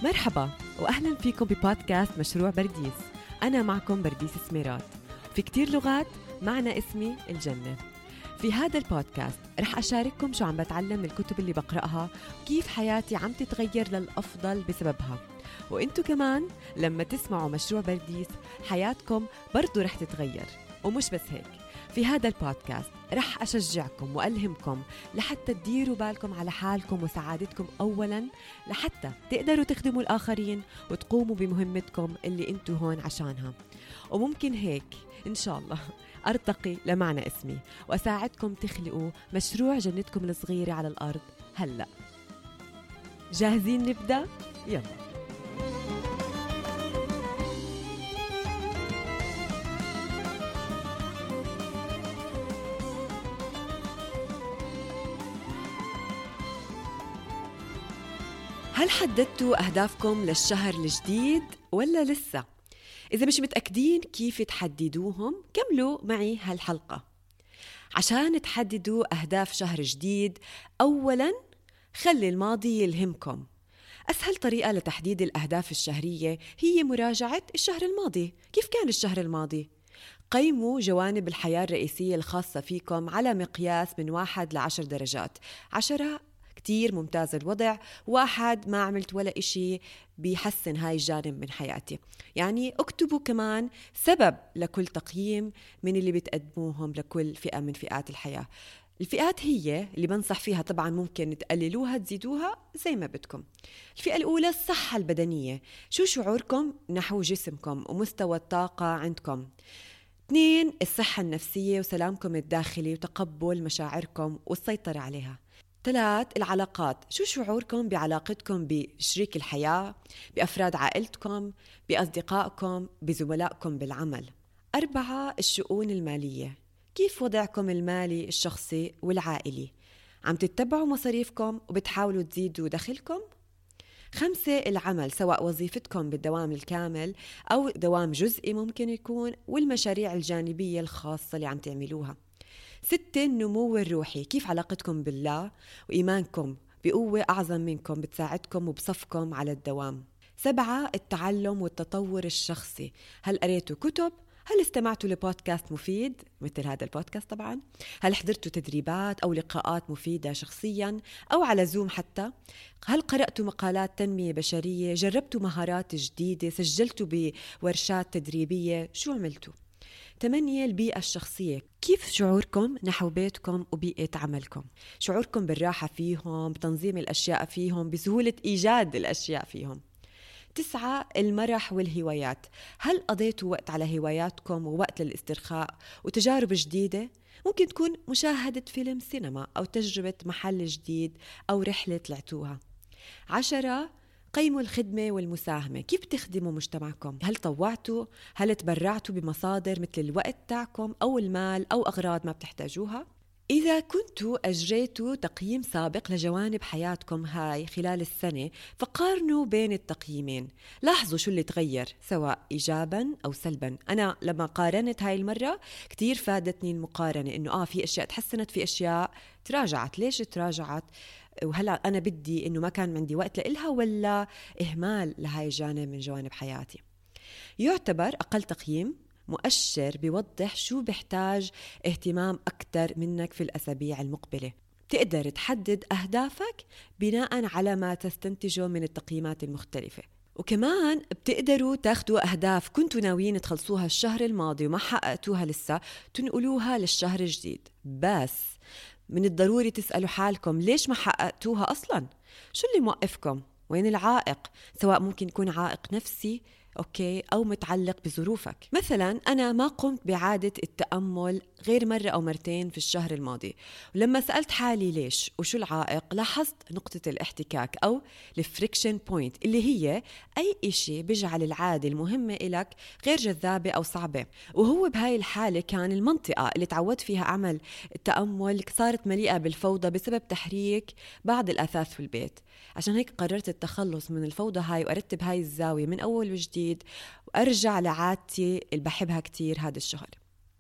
مرحبا وأهلا فيكم ببودكاست مشروع برديس. أنا معكم برديس سميرات. في كتير لغات معنى اسمي الجنة. في هذا البودكاست رح أشارككم شو عم بتعلم من الكتب اللي بقرأها وكيف حياتي عم تتغير للأفضل بسببها. وإنتو كمان لما تسمعوا مشروع برديس حياتكم برضو رح تتغير. ومش بس هيك، في هذا البودكاست رح أشجعكم وألهمكم لحتى تديروا بالكم على حالكم وسعادتكم أولاً، لحتى تقدروا تخدموا الآخرين وتقوموا بمهمتكم اللي انتو هون عشانها. وممكن هيك إن شاء الله أرتقي لمعنى اسمي وأساعدكم تخلقوا مشروع جنتكم الصغيرة على الأرض هلأ. جاهزين نبدأ؟ يلا. هل حددتوا أهدافكم للشهر الجديد ولا لسه؟ إذا مش متأكدين كيف تحددوهم كملوا معي هالحلقة. عشان تحددوا أهداف شهر جديد، أولاً خلي الماضي يلهمكم. أسهل طريقة لتحديد الأهداف الشهرية هي مراجعة الشهر الماضي. كيف كان الشهر الماضي؟ قيموا جوانب الحياة الرئيسية الخاصة فيكم على مقياس من 1 ل10 درجات. 10 كتير ممتاز الوضع، 1 ما عملت ولا إشي بيحسن هاي الجانب من حياتي. يعني اكتبوا كمان سبب لكل تقييم من اللي بتقدموهم لكل فئة من فئات الحياة. الفئات هي اللي بنصح فيها، طبعا ممكن تقللوها تزيدوها زي ما بدكم. الفئة الأولى الصحة البدنية، شو شعوركم نحو جسمكم ومستوى الطاقة عندكم. 2 الصحة النفسية وسلامكم الداخلي وتقبل مشاعركم والسيطرة عليها. 3 العلاقات، شو شعوركم بعلاقتكم بشريك الحياة، بأفراد عائلتكم، بأصدقائكم، بزملائكم بالعمل. 4 الشؤون المالية، كيف وضعكم المالي الشخصي والعائلي، عم تتبعوا مصاريفكم وبتحاولوا تزيدوا دخلكم. 5 العمل، سواء وظيفتكم بالدوام الكامل أو دوام جزئي ممكن يكون، والمشاريع الجانبية الخاصة اللي عم تعملوها. 6 النمو الروحي، كيف علاقتكم بالله وإيمانكم بقوة أعظم منكم بتساعدكم وبصفكم على الدوام. 7 التعلم والتطور الشخصي، هل قريتوا كتب؟ هل استمعتوا لبودكاست مفيد مثل هذا البودكاست طبعا؟ هل حضرتوا تدريبات أو لقاءات مفيدة شخصيا أو على زوم حتى؟ هل قرأتوا مقالات تنمية بشرية؟ جربتوا مهارات جديدة؟ سجلتوا بورشات تدريبية؟ شو عملتوا؟ 8 البيئة الشخصية، كيف شعوركم نحو بيتكم وبيئة عملكم؟ شعوركم بالراحة فيهم، بتنظيم الأشياء فيهم، بسهولة إيجاد الأشياء فيهم. 9 المرح والهوايات، هل قضيتوا وقت على هواياتكم ووقت للاسترخاء وتجارب جديدة؟ ممكن تكون مشاهدة فيلم سينما أو تجربة محل جديد أو رحلة طلعتوها. 10 قيموا الخدمة والمساهمة، كيف تخدموا مجتمعكم؟ هل طوعتوا؟ هل تبرعتوا بمصادر مثل الوقت تاعكم أو المال أو أغراض ما بتحتاجوها؟ إذا كنتوا أجريتوا تقييم سابق لجوانب حياتكم هاي خلال السنة، فقارنوا بين التقييمين. لاحظوا شو اللي تغير سواء إيجاباً أو سلباً. أنا لما قارنت هاي المرة كتير فادتني المقارنة، إنه في أشياء تحسنت، في أشياء تراجعت. ليش تراجعت؟ وهلأ أنا بدي إنه ما كان عندي وقت لإلها ولا إهمال لهاي الجانب من جوانب حياتي. يعتبر أقل تقييم مؤشر بيوضح شو بيحتاج اهتمام أكتر منك في الأسابيع المقبلة. تقدر تحدد أهدافك بناء على ما تستنتجه من التقييمات المختلفة. وكمان بتقدروا تاخدوا أهداف كنتوا ناويين تخلصوها الشهر الماضي وما حققتوها لسه، تنقلوها للشهر الجديد. بس من الضروري تسألوا حالكم ليش ما حققتوها أصلاً؟ شو اللي موقفكم؟ وين العائق؟ سواء ممكن يكون عائق نفسي أو متعلق بظروفك. مثلا أنا ما قمت بعادة التأمل غير مرة أو مرتين في الشهر الماضي، ولما سألت حالي ليش وشو العائق، لاحظت نقطة الاحتكاك أو الفريكشن بوينت، اللي هي أي إشي بيجعل العادة المهمة إلك غير جذابة أو صعبة. وهو بهاي الحالة كان المنطقة اللي تعودت فيها أعمل التأمل صارت مليئة بالفوضى بسبب تحريك بعض الأثاث في البيت. عشان هيك قررت التخلص من الفوضى هاي وأرتب هاي الزاوية من أول وجديد وأرجع لعادتي اللي بحبها كتير هذا الشهر.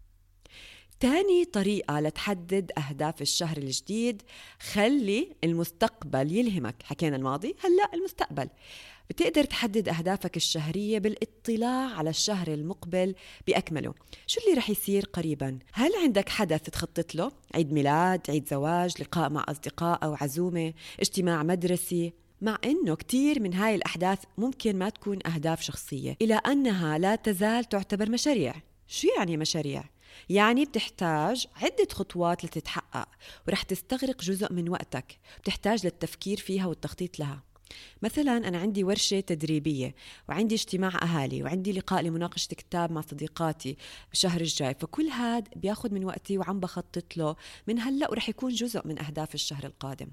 تاني طريقة لتحدد أهداف الشهر الجديد، خلي المستقبل يلهمك. حكينا الماضي، هلأ المستقبل. بتقدر تحدد أهدافك الشهرية بالاطلاع على الشهر المقبل بأكمله. شو اللي رح يصير قريبا؟ هل عندك حدث تخطط له؟ عيد ميلاد، عيد زواج، لقاء مع أصدقاء أو عزومة، اجتماع مدرسي؟ مع أنه كتير من هاي الأحداث ممكن ما تكون أهداف شخصية، إلى أنها لا تزال تعتبر مشاريع. شو يعني مشاريع؟ يعني بتحتاج عدة خطوات لتتحقق، ورح تستغرق جزء من وقتك، بتحتاج للتفكير فيها والتخطيط لها. مثلا أنا عندي ورشة تدريبية، وعندي اجتماع أهالي، وعندي لقاء لمناقشة كتاب مع صديقاتي بالشهر الجاي، فكل هاد بياخد من وقتي وعم بخطط له من هلأ، ورح يكون جزء من أهداف الشهر القادم.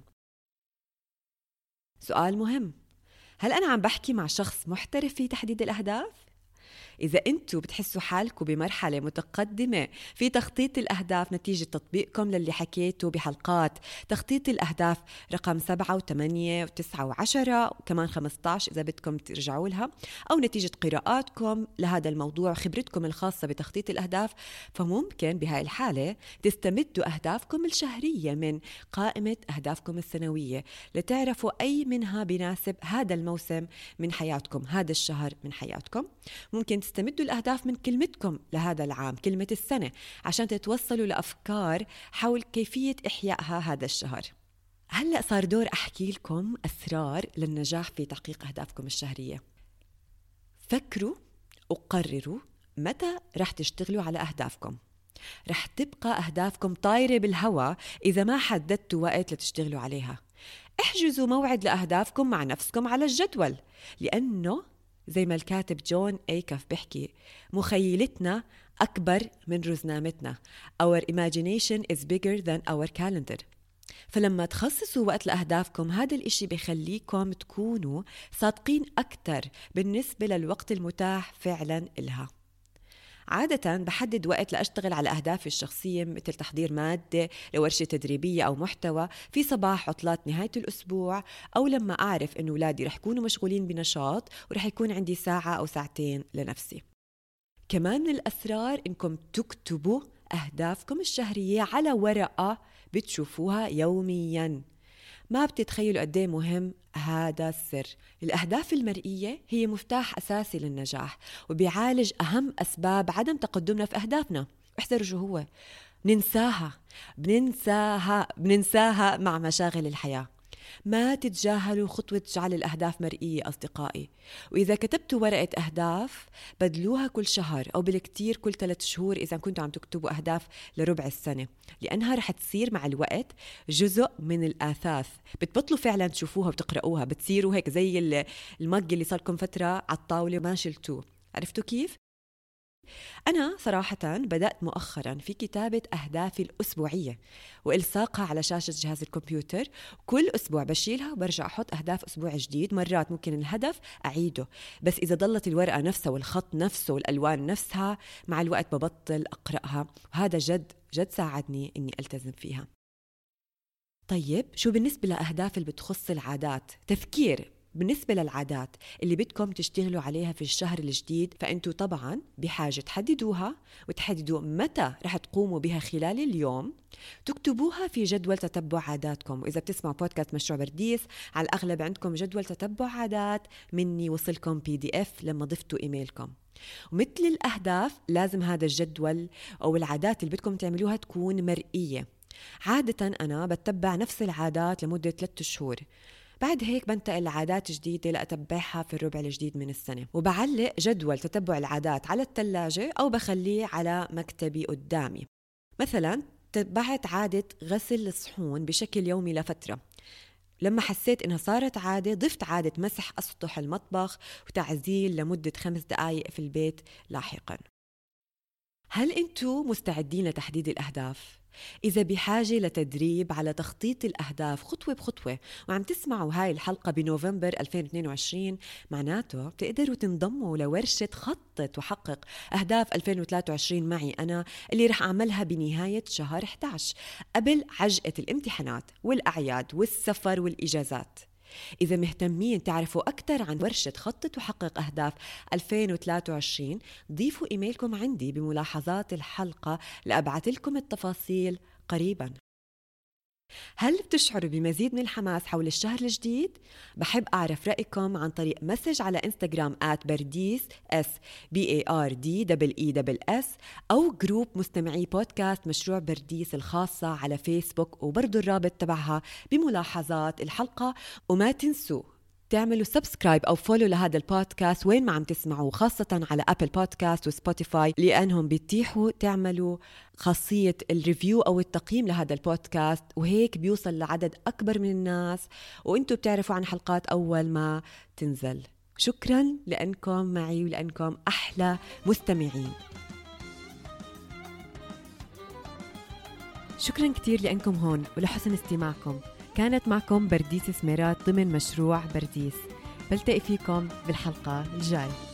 سؤال مهم: هل أنا عم بحكي مع شخص محترف في تحديد الأهداف؟ إذا أنتوا بتحسوا حالكم بمرحلة متقدمة في تخطيط الأهداف نتيجة تطبيقكم للي حكيته بحلقات تخطيط الأهداف رقم 7 و8 و9 و10 وكمان 15 إذا بدكم ترجعوا لها، أو نتيجة قراءاتكم لهذا الموضوع وخبرتكم الخاصة بتخطيط الأهداف، فممكن بهاي الحالة تستمدوا أهدافكم الشهرية من قائمة أهدافكم السنوية لتعرفوا أي منها بيناسب هذا الموسم من حياتكم، هذا الشهر من حياتكم. ممكن تستمدوا الأهداف من كلمتكم لهذا العام، كلمة السنة، عشان تتوصلوا لأفكار حول كيفية إحيائها هذا الشهر. هلأ صار دور أحكي لكم أسرار للنجاح في تحقيق أهدافكم الشهرية. فكروا وقرروا متى رح تشتغلوا على أهدافكم. رح تبقى أهدافكم طايرة بالهواء إذا ما حددتوا وقت لتشتغلوا عليها. احجزوا موعد لأهدافكم مع نفسكم على الجدول، لأنه زي ما الكاتب جون أيكاف بيحكي، مخيلتنا أكبر من رزنامتنا. Our imagination is bigger than our calendar. فلما تخصصوا وقت لأهدافكم، هذا الإشي بيخليكم تكونوا صادقين أكتر بالنسبة للوقت المتاح فعلا إلها. عادة بحدد وقت لأشتغل على أهدافي الشخصية، مثل تحضير مادة لورشة تدريبية أو محتوى في صباح عطلات نهاية الأسبوع، أو لما أعرف إنه أولادي رح يكونوا مشغولين بنشاط ورح يكون عندي ساعة أو ساعتين لنفسي. كمان من الأسرار إنكم تكتبوا أهدافكم الشهرية على ورقة بتشوفوها يومياً. ما بتتخيلوا قديه مهم هذا السر. الأهداف المرئية هي مفتاح أساسي للنجاح، وبيعالج أهم أسباب عدم تقدمنا في أهدافنا. احذروا شو هو. بننساها مع مشاغل الحياة. ما تتجاهلوا خطوة جعل الأهداف مرئية أصدقائي. وإذا كتبتوا ورقة أهداف بدلوها كل شهر أو بالكتير كل 3 شهور إذا كنتوا عم تكتبوا أهداف لربع السنة، لأنها رح تصير مع الوقت جزء من الآثاث. بتبطلوا فعلا تشوفوها وتقرأوها، بتصيروا هيك زي المج اللي صار لكم فترة على الطاولة ما شلتوه. عرفتوا كيف؟ أنا صراحة بدأت مؤخراً في كتابة أهدافي الأسبوعية وإلصاقها على شاشة جهاز الكمبيوتر. كل أسبوع بشيلها وبرجع أحط أهداف أسبوع جديد. مرات ممكن الهدف أعيده، بس إذا ضلت الورقة نفسها والخط نفسه والألوان نفسها مع الوقت ببطل أقرأها، وهذا جد ساعدني إني ألتزم فيها. طيب شو بالنسبة لأهداف اللي بتخص العادات؟ تفكير بالنسبة للعادات اللي بدكم تشتغلوا عليها في الشهر الجديد، فأنتوا طبعاً بحاجة تحددوها وتحددوا متى رح تقوموا بها خلال اليوم. تكتبوها في جدول تتبع عاداتكم. وإذا بتسمعوا بودكاست مشروع برديس، على الأغلب عندكم جدول تتبع عادات مني وصلكم PDF لما ضفتوا إيميلكم. ومثل الأهداف لازم هذا الجدول أو العادات اللي بدكم تعملوها تكون مرئية. عادة أنا بتبع نفس العادات لمدة 3 شهور، بعد هيك بنتقل لعادات جديدة لأتبعها في الربع الجديد من السنة. وبعلق جدول تتبع العادات على الثلاجة أو بخليه على مكتبي قدامي. مثلا تبعت عادة غسل الصحون بشكل يومي لفترة، لما حسيت إنها صارت عادة ضفت عادة مسح أسطح المطبخ وتعزيل لمدة 5 دقائق في البيت لاحقا. هل أنتوا مستعدين لتحديد الأهداف؟ إذا بحاجة لتدريب على تخطيط الأهداف خطوة بخطوة وعم تسمعوا هاي الحلقة بنوفمبر 2022، معناته تقدروا تنضموا لورشة خطط وحقق أهداف 2023 معي أنا، اللي رح أعملها بنهاية شهر 11 قبل عجقة الامتحانات والأعياد والسفر والإجازات. إذا مهتمين تعرفوا أكثر عن ورشة خطط وحقق أهداف 2023، ضيفوا إيميلكم عندي بملاحظات الحلقة لأبعث لكم التفاصيل قريباً. هل بتشعروا بمزيد من الحماس حول الشهر الجديد؟ بحب أعرف رأيكم عن طريق مسج على إنستغرام @برديس SBARDEES أو جروب مستمعي بودكاست مشروع برديس الخاصة على فيسبوك، وبرضو الرابط تبعها بملاحظات الحلقة. وما تنسوا تعملوا سبسكرايب أو فولو لهذا البودكاست وين ما عم تسمعوا، خاصة على أبل بودكاست وسبوتيفاي، لأنهم بيتيحوا تعملوا خاصية الريفيو أو التقييم لهذا البودكاست، وهيك بيوصل لعدد أكبر من الناس وإنتوا بتعرفوا عن حلقات أول ما تنزل. شكرا لأنكم معي ولأنكم أحلى مستمعين. شكرا كتير لأنكم هون ولحسن استماعكم. كانت معكم برديس سميرات ضمن مشروع برديس. بلتقي فيكم بالحلقة الجاي.